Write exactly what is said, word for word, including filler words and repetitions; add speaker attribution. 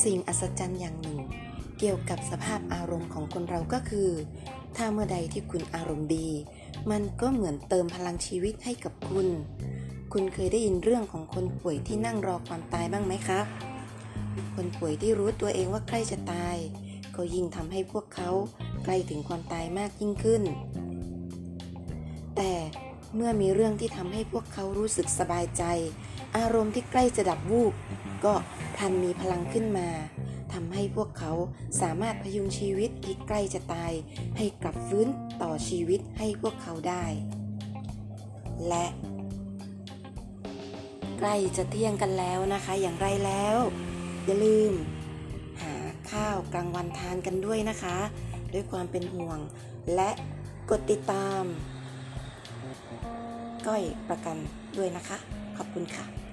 Speaker 1: สิ่งอัศจรรย์อย่างหนึ่งเกี่ยวกับสภาพอารมณ์ของคนเราก็คือถ้าเมื่อใดที่คุณอารมณ์ดีมันก็เหมือนเติมพลังชีวิตให้กับคุณคุณเคยได้ยินเรื่องของคนป่วยที่นั่งรอความตายบ้างไหมครับคนป่วยที่รู้ตัวเองว่าใกล้จะตายก็ยิ่งทำให้พวกเขาใกล้ถึงความตายมากยิ่งขึ้นแต่เมื่อมีเรื่องที่ทำให้พวกเขารู้สึกสบายใจอารมณ์ที่ใกล้จะดับวูบก็พลันมีพลังขึ้นมาทำให้พวกเขาสามารถพยุงชีวิตที่ใกล้จะตายให้กลับฟื้นต่อชีวิตให้พวกเขาได้และใกล้จะเที่ยงกันแล้วนะคะอย่างไรแล้วอย่าลืมหาข้าวกลางวันทานกันด้วยนะคะด้วยความเป็นห่วงและกดติดตามก้อยประกันด้วยนะคะขอบคุณค่ะ